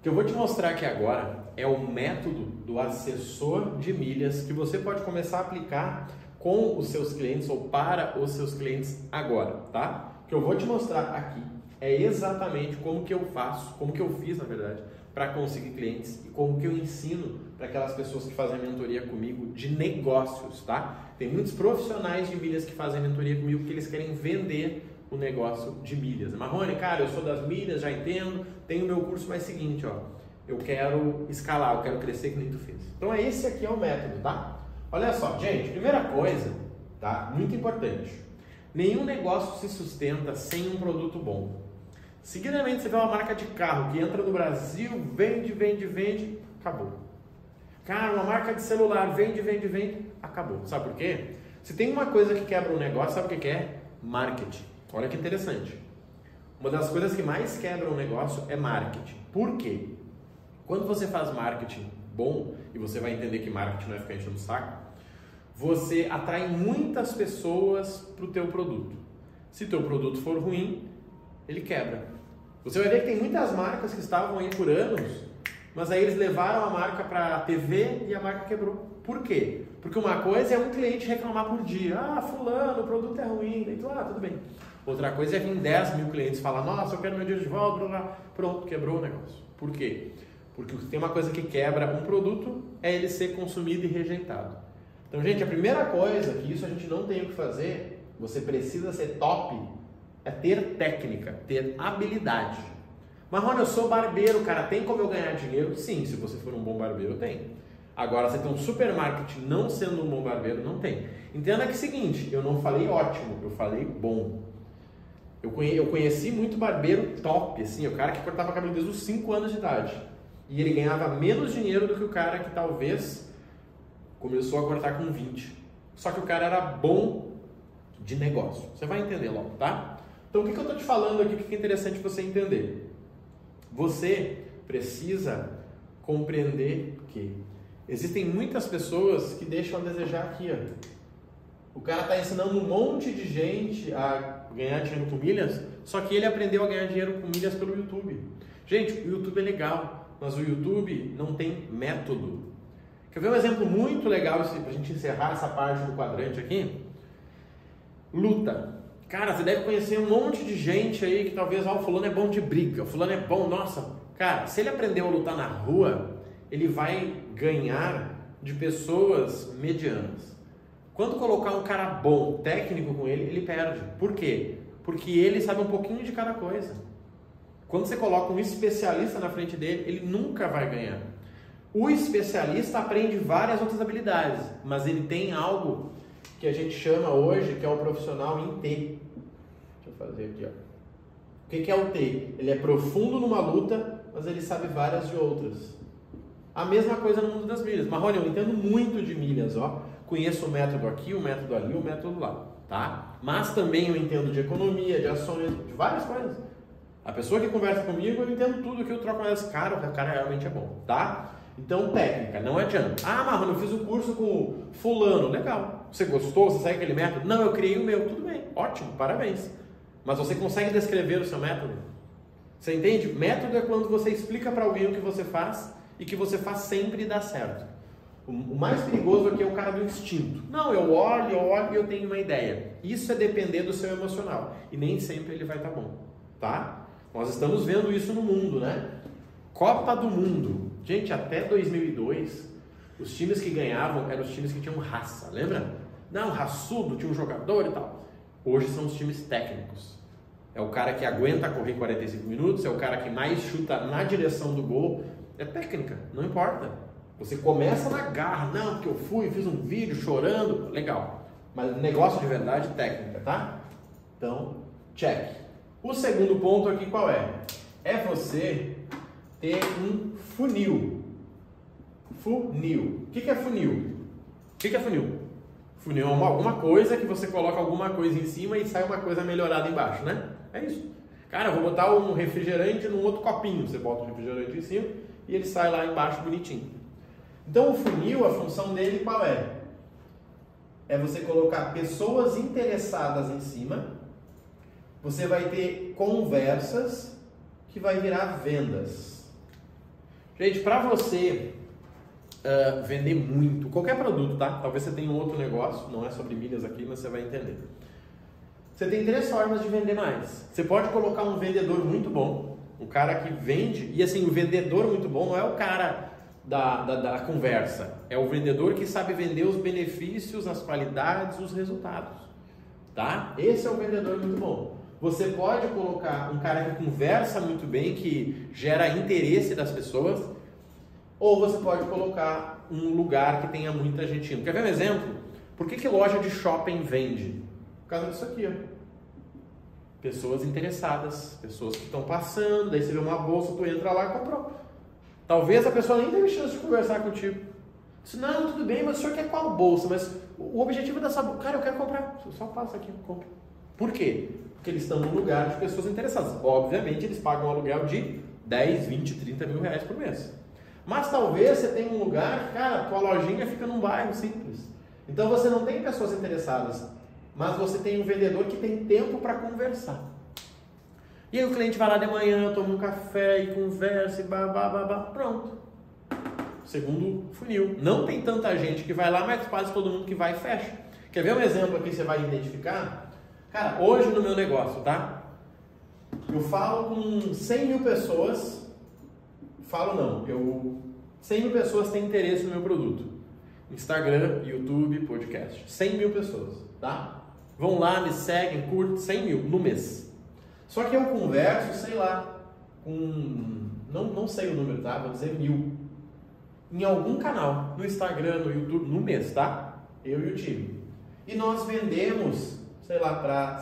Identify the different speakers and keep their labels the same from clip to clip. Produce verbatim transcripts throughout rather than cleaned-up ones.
Speaker 1: que eu vou te mostrar aqui agora é o método do assessor de milhas que você pode começar a aplicar com os seus clientes ou para os seus clientes agora, tá? O que eu vou te mostrar aqui é exatamente como que eu faço, como que eu fiz, na verdade, para conseguir clientes e como que eu ensino para aquelas pessoas que fazem mentoria comigo de negócios, tá? Tem muitos profissionais de milhas que fazem mentoria comigo que eles querem vender o negócio de milhas. Marrone, cara, eu sou das milhas, já entendo, tenho o meu curso, mas é o seguinte, ó, eu quero escalar, eu quero crescer que nem tu fez. Então, esse aqui é o método, tá? Olha só, gente, primeira coisa, tá? Muito importante. Nenhum negócio se sustenta sem um produto bom. Seguidamente, você vê uma marca de carro que entra no Brasil, vende, vende, vende, acabou. Cara, uma marca de celular, vende, vende, vende, acabou. Sabe por quê? Se tem uma coisa que quebra um negócio, sabe o que é? Marketing. Olha que interessante. Uma das coisas que mais quebra um negócio é marketing. Por quê? Quando você faz marketing bom, e você vai entender que marketing não é ficar enchendo o saco, você atrai muitas pessoas para o teu produto. Se teu produto for ruim, ele quebra. Você vai ver que tem muitas marcas que estavam aí por anos, mas aí eles levaram a marca para a T V e a marca quebrou. Por quê? Porque uma coisa é um cliente reclamar por dia. Ah, fulano, o produto é ruim. Então, ah, tudo bem. Outra coisa é vir dez mil clientes falar, nossa, eu quero meu dia de volta, blá, blá. Pronto, quebrou o negócio. Por quê? Porque tem uma coisa que quebra um produto, é ele ser consumido e rejeitado. Então, gente, a primeira coisa, que isso a gente não tem o que fazer, você precisa ser top, é ter técnica, ter habilidade. Mas, Rony, eu sou barbeiro, cara, tem como eu ganhar dinheiro? Sim, se você for um bom barbeiro, tem. Agora, você tem um supermarket não sendo um bom barbeiro, não tem. Entenda que é o seguinte, eu não falei ótimo, eu falei bom. Eu conheci muito barbeiro top, assim, o cara que cortava cabelo desde os cinco anos de idade. E ele ganhava menos dinheiro do que o cara que talvez começou a cortar com vinte. Só que o cara era bom de negócio. Você vai entender logo, tá? Então, o que, que eu estou te falando aqui, o que é interessante você entender? Você precisa compreender que existem muitas pessoas que deixam a desejar aqui, ó. O cara está ensinando um monte de gente a ganhar dinheiro com milhas, só que ele aprendeu a ganhar dinheiro com milhas pelo YouTube. Gente, o YouTube é legal, mas o YouTube não tem método. Quer ver um exemplo muito legal para a gente encerrar essa parte do quadrante aqui? Luta. Cara, você deve conhecer um monte de gente aí que talvez, ó, o fulano é bom de briga, o fulano é bom, nossa. Cara, se ele aprendeu a lutar na rua, ele vai ganhar de pessoas medianas. Quando colocar um cara bom, técnico com ele, ele perde. Por quê? Porque ele sabe um pouquinho de cada coisa. Quando você coloca um especialista na frente dele, ele nunca vai ganhar. O especialista aprende várias outras habilidades, mas ele tem algo que a gente chama hoje, que é o profissional em T. Deixa eu fazer aqui, ó. O que é o T? Ele é profundo numa luta, mas ele sabe várias de outras. A mesma coisa no mundo das milhas. Marrone, eu entendo muito de milhas, ó. Conheço o método aqui, o método ali, o método lá, tá? Mas também eu entendo de economia, de ações, de várias coisas. A pessoa que conversa comigo, eu entendo tudo que eu troco com elas. Cara, o cara realmente é bom, tá? Então, técnica, não adianta. Ah, Marrone, eu fiz o curso com o fulano. Legal. Você gostou? Você segue aquele método? Não, eu criei o meu. Tudo bem, ótimo, parabéns. Mas você consegue descrever o seu método? Você entende? Método é quando você explica para alguém o que você faz e que você faz sempre e dá certo. O mais perigoso aqui é o cara do instinto. Não, eu olho, eu olho e eu tenho uma ideia. Isso é depender do seu emocional. E nem sempre ele vai estar bom, tá? Nós estamos vendo isso no mundo, né? Copa do Mundo. Gente, até dois mil e dois, os times que ganhavam eram os times que tinham raça, lembra? Não, raçudo, tinha um jogador e tal. Hoje são os times técnicos. É o cara que aguenta correr quarenta e cinco minutos, é o cara que mais chuta na direção do gol. É técnica, não importa. Você começa na garra, não, porque eu fui, fiz um vídeo chorando, legal. Mas negócio de verdade, técnica, tá? Então, check. O segundo ponto aqui qual é? É você ter um funil. Funil. O que é funil? O que é funil? Funil é uma, alguma coisa que você coloca alguma coisa em cima e sai uma coisa melhorada embaixo, né? É isso. Cara, eu vou botar um refrigerante num outro copinho. Você bota o refrigerante em cima e ele sai lá embaixo bonitinho. Então o funil, a função dele qual é? É você colocar pessoas interessadas em cima. Você vai ter conversas que vai virar vendas. Gente, para você uh, vender muito, qualquer produto, tá? Talvez você tenha um outro negócio, não é sobre milhas aqui, mas você vai entender. Você tem três formas de vender mais. Você pode colocar um vendedor muito bom, o cara que vende, e assim, o vendedor muito bom não é o cara da, da, da conversa, é o vendedor que sabe vender os benefícios, as qualidades, os resultados, tá? Esse é o vendedor muito bom. Você pode colocar um cara que conversa muito bem, que gera interesse das pessoas, ou você pode colocar um lugar que tenha muita gente indo. Quer ver um exemplo? Por que que loja de shopping vende? Por causa disso aqui, ó. Pessoas interessadas, pessoas que estão passando, daí você vê uma bolsa, tu entra lá e comprou. Talvez a pessoa nem tenha chance de conversar contigo. Diz, não, tudo bem, mas o senhor quer qual bolsa? Mas o objetivo dessa bolsa, cara, eu quero comprar. Só passa aqui, compra. Por quê? Porque eles estão num lugar de pessoas interessadas. Obviamente, eles pagam um aluguel de dez, vinte, trinta mil reais por mês. Mas talvez você tenha um lugar, cara, tua lojinha fica num bairro simples. Então você não tem pessoas interessadas, mas você tem um vendedor que tem tempo para conversar. E aí o cliente vai lá de manhã, toma um café e conversa e babá, babá, pronto. Segundo funil. Não tem tanta gente que vai lá, mas quase todo mundo que vai e fecha. Quer ver um exemplo aqui que você vai identificar? Cara, hoje no meu negócio, tá? Eu falo com cem mil pessoas, falo não, eu, cem mil pessoas têm interesse no meu produto. Instagram, YouTube, podcast. cem mil pessoas, tá? Vão lá, me seguem, curtem, cem mil no mês. Só que eu converso, sei lá, com, não, não sei o número, tá? Vou dizer mil. Em algum canal, no Instagram, no YouTube, no mês, tá? Eu e o time. E nós vendemos, sei lá, para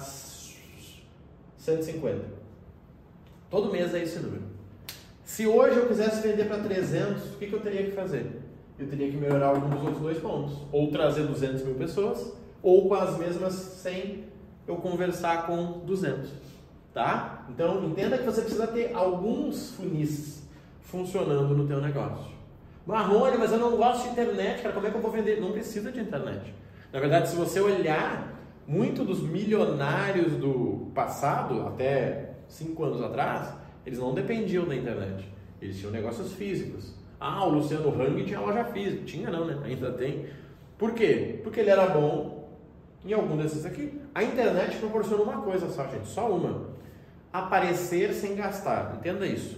Speaker 1: cento e cinquenta. Todo mês é esse número. Se hoje eu quisesse vender para trezentos, o que, que eu teria que fazer? Eu teria que melhorar algum dos outros dois pontos. Ou trazer duzentas mil pessoas, ou com as mesmas cem, eu conversar com duzentos. Tá? Então, entenda que você precisa ter alguns funis funcionando no teu negócio. Marrone, mas eu não gosto de internet, cara, como é que eu vou vender? Não precisa de internet. Na verdade, se você olhar, muito dos milionários do passado, até cinco anos atrás, eles não dependiam da internet. Eles tinham negócios físicos. Ah, o Luciano Hang tinha loja física. Tinha não, né? Ainda tem. Por quê? Porque ele era bom em algum desses aqui. A internet proporciona uma coisa só, gente. Só uma. Aparecer sem gastar. Entenda isso.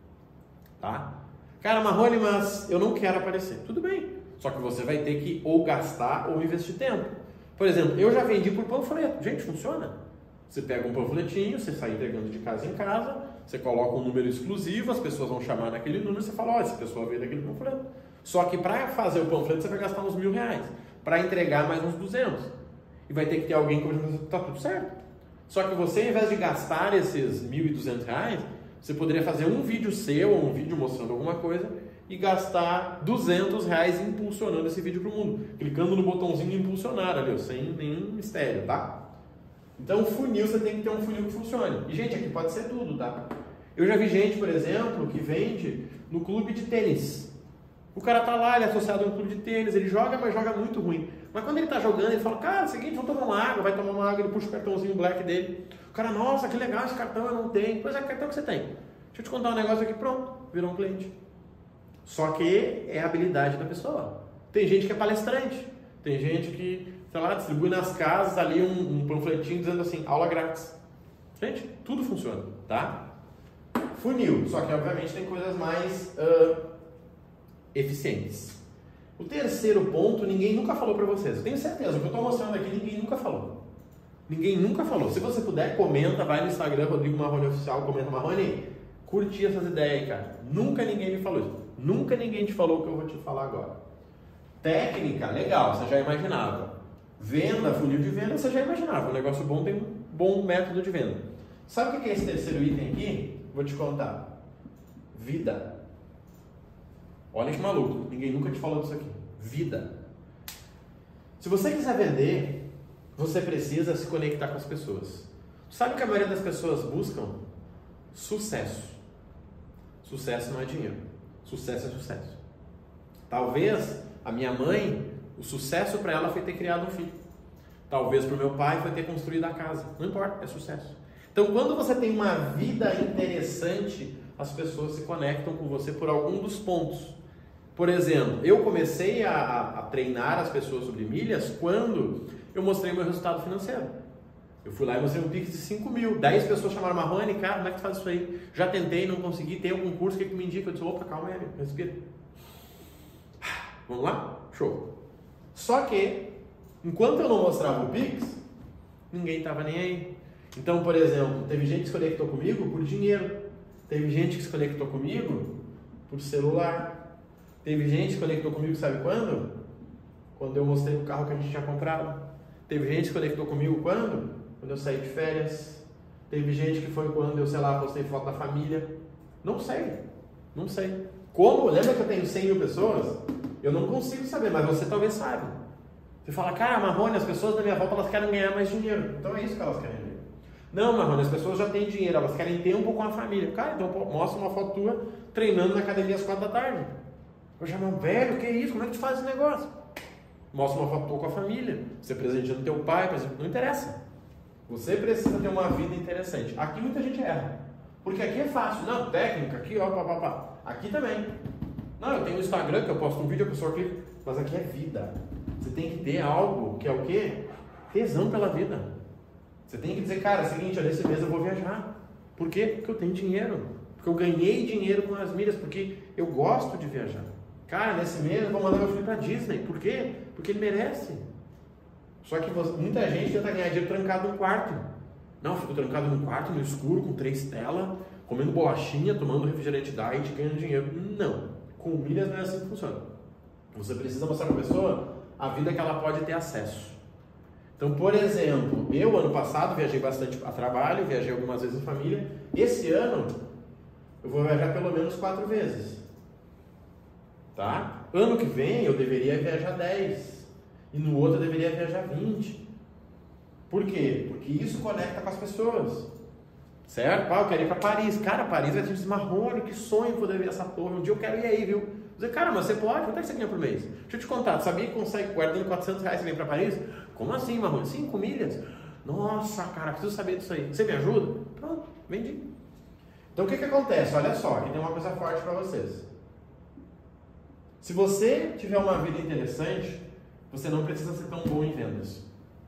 Speaker 1: Tá? Cara, Marrone, mas eu não quero aparecer. Tudo bem. Só que você vai ter que ou gastar ou investir tempo. Por exemplo, eu já vendi por panfleto. Gente, funciona. Você pega um panfletinho, você sai entregando de casa em casa, você coloca um número exclusivo, as pessoas vão chamar naquele número e você fala, ó, essa pessoa veio daquele panfleto. Só que para fazer o panfleto você vai gastar uns mil reais. Para entregar mais uns duzentos. E vai ter que ter alguém que tá tudo certo. Só que você, ao invés de gastar esses mil e duzentos reais, você poderia fazer um vídeo seu, ou um vídeo mostrando alguma coisa, e gastar duzentos reais impulsionando esse vídeo para o mundo. Clicando no botãozinho impulsionar ali, ó, sem nenhum mistério, tá? Então, funil, você tem que ter um funil que funcione. E, gente, aqui pode ser tudo, tá? Eu já vi gente, por exemplo, que vende no clube de tênis. O cara tá lá, ele é associado a um clube de tênis, ele joga, mas joga muito ruim. Mas quando ele tá jogando, ele fala, cara, é o seguinte, vamos tomar uma água, vai tomar uma água, ele puxa o cartãozinho black dele. O cara, nossa, que legal, esse cartão eu não tenho. Pois é, que cartão que você tem? Deixa eu te contar um negócio aqui, pronto, virou um cliente. Só que é a habilidade da pessoa. Tem gente que é palestrante, tem gente que, sei lá, distribui nas casas ali um, um panfletinho dizendo assim, aula grátis. Gente, tudo funciona, tá? Funil, só que obviamente tem coisas mais uh, eficientes. O terceiro ponto, ninguém nunca falou para vocês. Eu tenho certeza, o que eu estou mostrando aqui, ninguém nunca falou. Ninguém nunca falou. Se você puder, comenta, vai no Instagram, Rodrigo Marrone Oficial, comenta, Marrone, curti essas ideias aí, cara. Nunca ninguém me falou isso. Nunca ninguém te falou o que eu vou te falar agora. Técnica, legal, você já imaginava. Venda, funil de venda, você já imaginava. Um negócio bom tem um bom método de venda. Sabe o que é esse terceiro item aqui? Vou te contar. Vida. Olha que maluco, ninguém nunca te falou disso aqui. Vida. Se você quiser vender, você precisa se conectar com as pessoas. Sabe que a maioria das pessoas buscam? Sucesso. Sucesso não é dinheiro. Sucesso é sucesso. Talvez a minha mãe, o sucesso para ela foi ter criado um filho. Talvez para o meu pai foi ter construído a casa. Não importa, é sucesso. Então, quando você tem uma vida interessante, as pessoas se conectam com você por algum dos pontos. Por exemplo, eu comecei a, a, a treinar as pessoas sobre milhas quando eu mostrei meu resultado financeiro. Eu fui lá e mostrei um Pix de cinco mil. dez pessoas chamaram Marrone, cara, como é que tu faz isso aí? Já tentei, não consegui, tem algum curso, o que, que tu me indica? Eu disse, opa, calma aí, respira. Vamos lá? Show. Só que, enquanto eu não mostrava o Pix, ninguém estava nem aí. Então, por exemplo, teve gente que se conectou comigo por dinheiro. Teve gente que se conectou comigo por celular. Teve gente que se conectou comigo, sabe quando? Quando eu mostrei o carro que a gente tinha comprado. Teve gente que se conectou comigo quando? Quando eu saí de férias. Teve gente que foi quando eu, sei lá, postei foto da família. Não sei. Não sei. Como? Lembra que eu tenho cem mil pessoas? Eu não consigo saber, mas você talvez saiba. Você fala, cara, Marrone, as pessoas da minha volta, elas querem ganhar mais dinheiro. Então é isso que elas querem ver. Não, Marrone, as pessoas já têm dinheiro, elas querem tempo com a família. Cara, então mostra uma foto tua treinando na academia às quatro da tarde. Eu já, meu velho, que isso? Como é que tu faz esse negócio? Mostra uma foto tua com a família. Você presenteando teu pai, não interessa. Você precisa ter uma vida interessante. Aqui muita gente erra. Porque aqui é fácil. Não, técnica, aqui, ó, pá, pá, pá. Aqui também. Não, eu tenho o Instagram, que eu posto um vídeo, a pessoa clica. Mas aqui é vida. Você tem que ter algo que é o quê? Tesão pela vida. Você tem que dizer, cara, é o seguinte, nesse mês eu vou viajar. Por quê? Porque eu tenho dinheiro. Porque eu ganhei dinheiro com as milhas. Porque eu gosto de viajar. Cara, nesse mês eu vou mandar meu filho pra Disney. Por quê? Porque ele merece. Só que você, muita gente tenta ganhar dinheiro trancado no quarto. Não, eu fico trancado no quarto, no escuro, com três telas, comendo bolachinha, tomando refrigerante diet, ganhando dinheiro. Não. Com milhas não é assim que funciona. Você precisa mostrar para a pessoa a vida que ela pode ter acesso. Então, por exemplo, eu ano passado viajei bastante a trabalho, viajei algumas vezes em família. Esse ano eu vou viajar pelo menos quatro vezes. Tá? Ano que vem eu deveria viajar dez. E no outro eu deveria viajar vinte. Por quê? Porque isso conecta com as pessoas. Certo? Ah, eu quero ir para Paris. Cara, Paris vai te dizer, Marrone, que sonho poder ver essa torre. Um dia eu quero ir aí, viu? Dizer, cara, mas você pode? Quanto é que você ganha por mês? Deixa eu te contar. Tu sabia que consegue, guardando quatrocentos reais, você vem para Paris? Como assim, Marrone? Cinco milhas? Nossa, cara, preciso saber disso aí. Você me ajuda? Pronto, vendi. Então o que que acontece? Olha só, aqui tem uma coisa forte para vocês. Se você tiver uma vida interessante, você não precisa ser tão bom em vendas.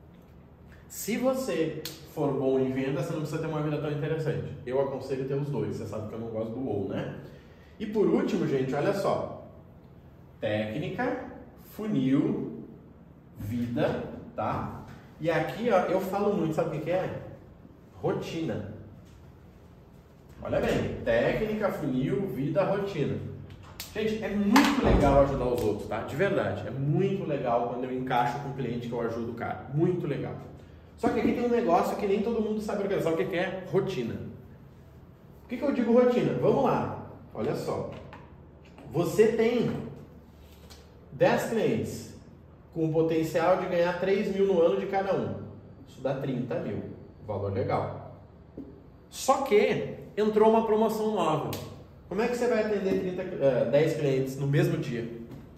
Speaker 1: Se você for bom em vendas, você não precisa ter uma vida tão interessante. Eu aconselho ter os dois. Você sabe que eu não gosto do ou, né? E por último, gente, olha só. Técnica, funil, vida, tá? E aqui, ó, eu falo muito, sabe o que que é? Rotina. Olha bem, técnica, funil, vida, rotina. Gente, é muito legal ajudar os outros, tá? De verdade, é muito legal quando eu encaixo com um cliente que eu ajudo o cara. Muito legal. Só que aqui tem um negócio que nem todo mundo sabe organizar. O que é rotina? Por que que eu digo rotina? Vamos lá. Olha só. Você tem dez clientes com o potencial de ganhar três mil no ano de cada um. Isso dá trinta mil. Valor legal. Só que entrou uma promoção nova. Como é que você vai atender trinta, uh, dez clientes no mesmo dia?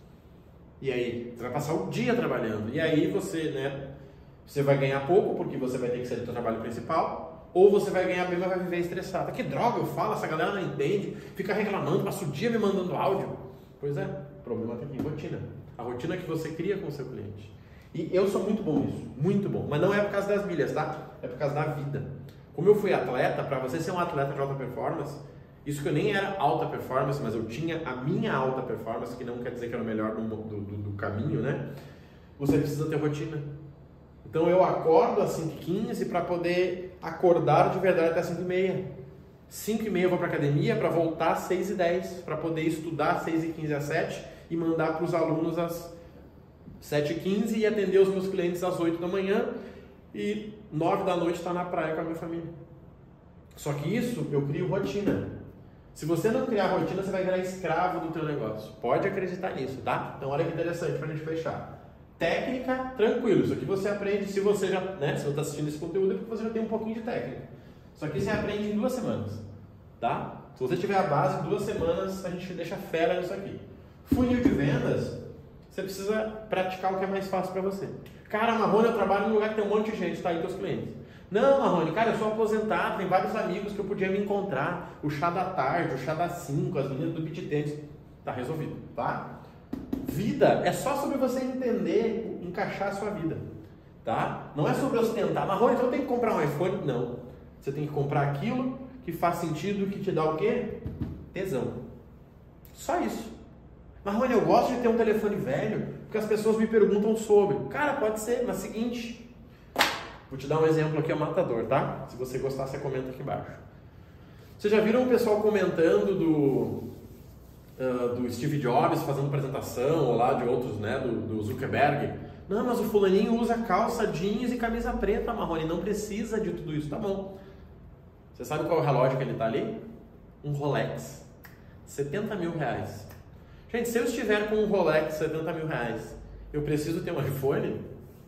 Speaker 1: E aí? Você vai passar o dia trabalhando. E aí você, né? Você vai ganhar pouco porque você vai ter que sair do seu trabalho principal. Ou você vai ganhar bem, mas vai viver estressado. Que droga, eu falo, essa galera não entende. Fica reclamando, passa o dia me mandando áudio. Pois é, o problema está aqui, rotina. A rotina que você cria com o seu cliente. E eu sou muito bom nisso, muito bom. Mas não é por causa das milhas, tá? É por causa da vida. Como eu fui atleta, para você ser um atleta de alta performance, isso que eu nem era alta performance, mas eu tinha a minha alta performance, que não quer dizer que era o melhor do, do, do, do caminho, né? Você precisa ter rotina. Então eu acordo às cinco e quinze para poder acordar de verdade até cinco e meia. cinco e meia eu vou para academia para voltar às seis e dez, para poder estudar às seis e quinze às sete e mandar para os alunos às sete e quinze e atender os meus clientes às oito da manhã e nove da noite estar na praia com a minha família. Só que isso eu crio rotina. Se você não criar rotina, você vai virar escravo do teu negócio. Pode acreditar nisso, tá? Então olha que interessante para a gente fechar. Técnica, tranquilo. Isso aqui você aprende se você já, né? Se você está assistindo esse conteúdo é porque você já tem um pouquinho de técnica. Isso aqui você aprende em duas semanas, tá? Se você tiver a base, em duas semanas a gente deixa fera nisso aqui. Funil de vendas, você precisa praticar o que é mais fácil para você. Cara, Marrone, eu trabalho num lugar que tem um monte de gente, tá aí teus clientes. Não, Marrone, cara, eu sou aposentado, tem vários amigos que eu podia me encontrar, o chá da tarde, o chá das cinco, as meninas do beach tênis, tá resolvido, tá? Vida é só sobre você entender, encaixar a sua vida, tá? Não é sobre ostentar. Marrone, então eu tenho que comprar um iPhone? Não. Você tem que comprar aquilo que faz sentido, que te dá o quê? Tesão. Só isso. Marrone, eu gosto de ter um telefone velho, porque as pessoas me perguntam sobre. Cara, pode ser, mas seguinte, vou te dar um exemplo aqui, é matador, tá? Se você gostar, você comenta aqui embaixo. Vocês já viram o pessoal comentando do... Uh, do Steve Jobs fazendo apresentação, ou lá de outros, né, do, do Zuckerberg? Não, mas o fulaninho usa calça jeans e camisa preta, Marrone, não precisa de tudo isso. Tá bom. Você sabe qual é o relógio que ele tá ali? Um Rolex. setenta mil reais. Gente, se eu estiver com um Rolex setenta mil reais, eu preciso ter um iPhone?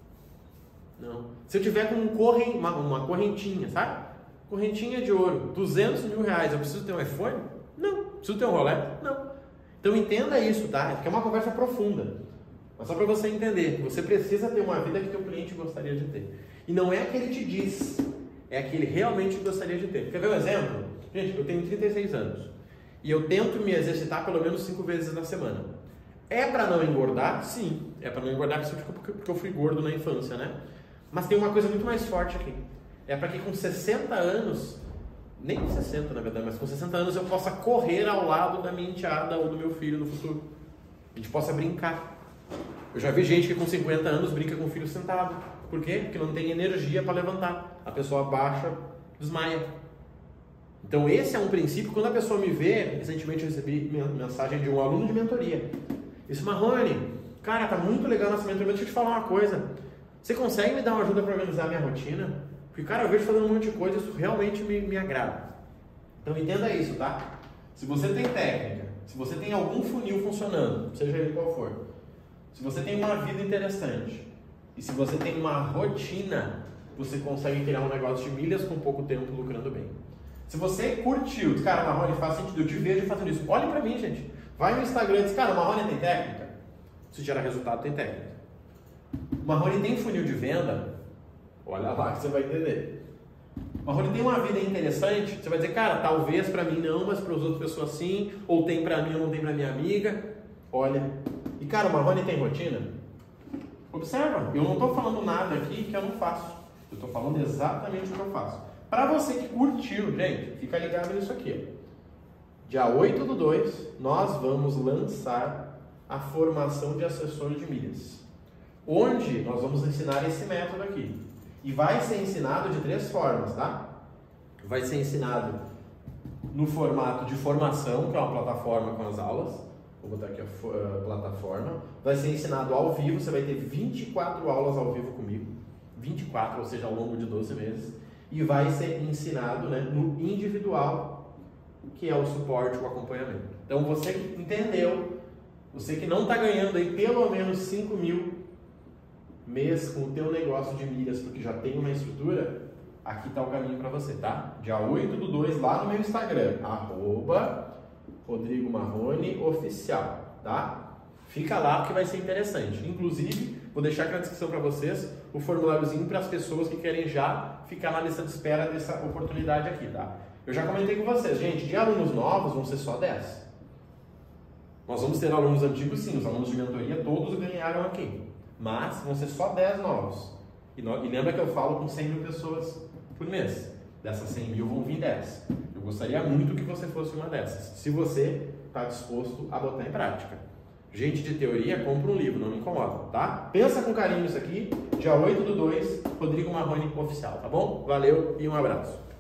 Speaker 1: Não. Se eu tiver com um corren... uma, uma correntinha, sabe? Correntinha de ouro, duzentos mil reais, eu preciso ter um iPhone? Não. Preciso ter um Rolex? Não. Então entenda isso, tá? Porque é uma conversa profunda. Mas só para você entender, você precisa ter uma vida que teu cliente gostaria de ter. E não é a que ele te diz, é a que ele realmente gostaria de ter. Quer ver um exemplo? Gente, eu tenho trinta e seis anos. E eu tento me exercitar pelo menos cinco vezes na semana. É para não engordar? Sim. É para não engordar porque eu fui gordo na infância, né? Mas tem uma coisa muito mais forte aqui. É para que com sessenta anos... Nem com sessenta, na verdade, mas com sessenta anos eu possa correr ao lado da minha enteada ou do meu filho no futuro. A gente possa brincar. Eu já vi gente que com cinquenta anos brinca com o filho sentado. Por quê? Porque não tem energia para levantar. A pessoa baixa, desmaia. Então esse é um princípio. Quando a pessoa me vê, recentemente eu recebi mensagem de um aluno de mentoria. Disse, Marrone, cara, tá muito legal nossa mentoria, deixa eu te falar uma coisa. Você consegue me dar uma ajuda para organizar a minha rotina? Porque, cara, eu vejo fazendo um monte de coisa, isso realmente me, me agrada. Então, entenda isso, tá? Se você tem técnica, se você tem algum funil funcionando, seja ele qual for, se você tem uma vida interessante, e se você tem uma rotina, você consegue criar um negócio de milhas com pouco tempo lucrando bem. Se você curtiu, cara, Marrone, faz sentido, eu te vejo fazendo isso. Olhe pra mim, gente. Vai no Instagram e diz, cara, o Marrone tem técnica? Se gera resultado, tem técnica. O Marrone tem funil de venda? Olha lá que você vai entender. Marrone tem uma vida interessante? Você vai dizer, cara, talvez para mim não, mas para as outras pessoas sim, ou tem para mim ou não tem para minha amiga. Olha. E cara, o Marrone tem rotina? Observa, eu não estou falando nada aqui que eu não faço. Eu estou falando exatamente o que eu faço. Para você que curtiu, gente, fica ligado nisso aqui. Dia oito do dois, nós vamos lançar a formação de assessor de milhas. Onde nós vamos ensinar esse método aqui. E vai ser ensinado de três formas, tá? Vai ser ensinado no formato de formação, que é uma plataforma com as aulas. Vou botar aqui a uh, plataforma. Vai ser ensinado ao vivo, você vai ter vinte e quatro aulas ao vivo comigo. vinte e quatro, ou seja, ao longo de doze meses. E vai ser ensinado, né, no individual, que é o suporte, o acompanhamento. Então, você que entendeu, você que não está ganhando aí pelo menos cinco mil mês com o teu negócio de milhas, porque já tem uma estrutura, aqui está o caminho para você, tá? Dia oito do dois, lá no meu Instagram, arroba Rodrigo Marrone Oficial, tá? Fica lá porque vai ser interessante. Inclusive, vou deixar aqui na descrição para vocês o formuláriozinho para as pessoas que querem já ficar na lista de espera dessa oportunidade aqui, tá? Eu já comentei com vocês, gente, de alunos novos vão ser só dez. Nós vamos ter alunos antigos sim, os alunos de mentoria todos ganharam aqui. Mas vão ser só dez novos. E, no, e lembra que eu falo com cem mil pessoas por mês. Dessas cem mil vão vir dez. Eu gostaria muito que você fosse uma dessas. Se você está disposto a botar em prática. Gente de teoria, compra um livro, não me incomoda, tá? Pensa com carinho isso aqui. Dia oito do dois, Rodrigo Marrone Oficial, tá bom? Valeu e um abraço.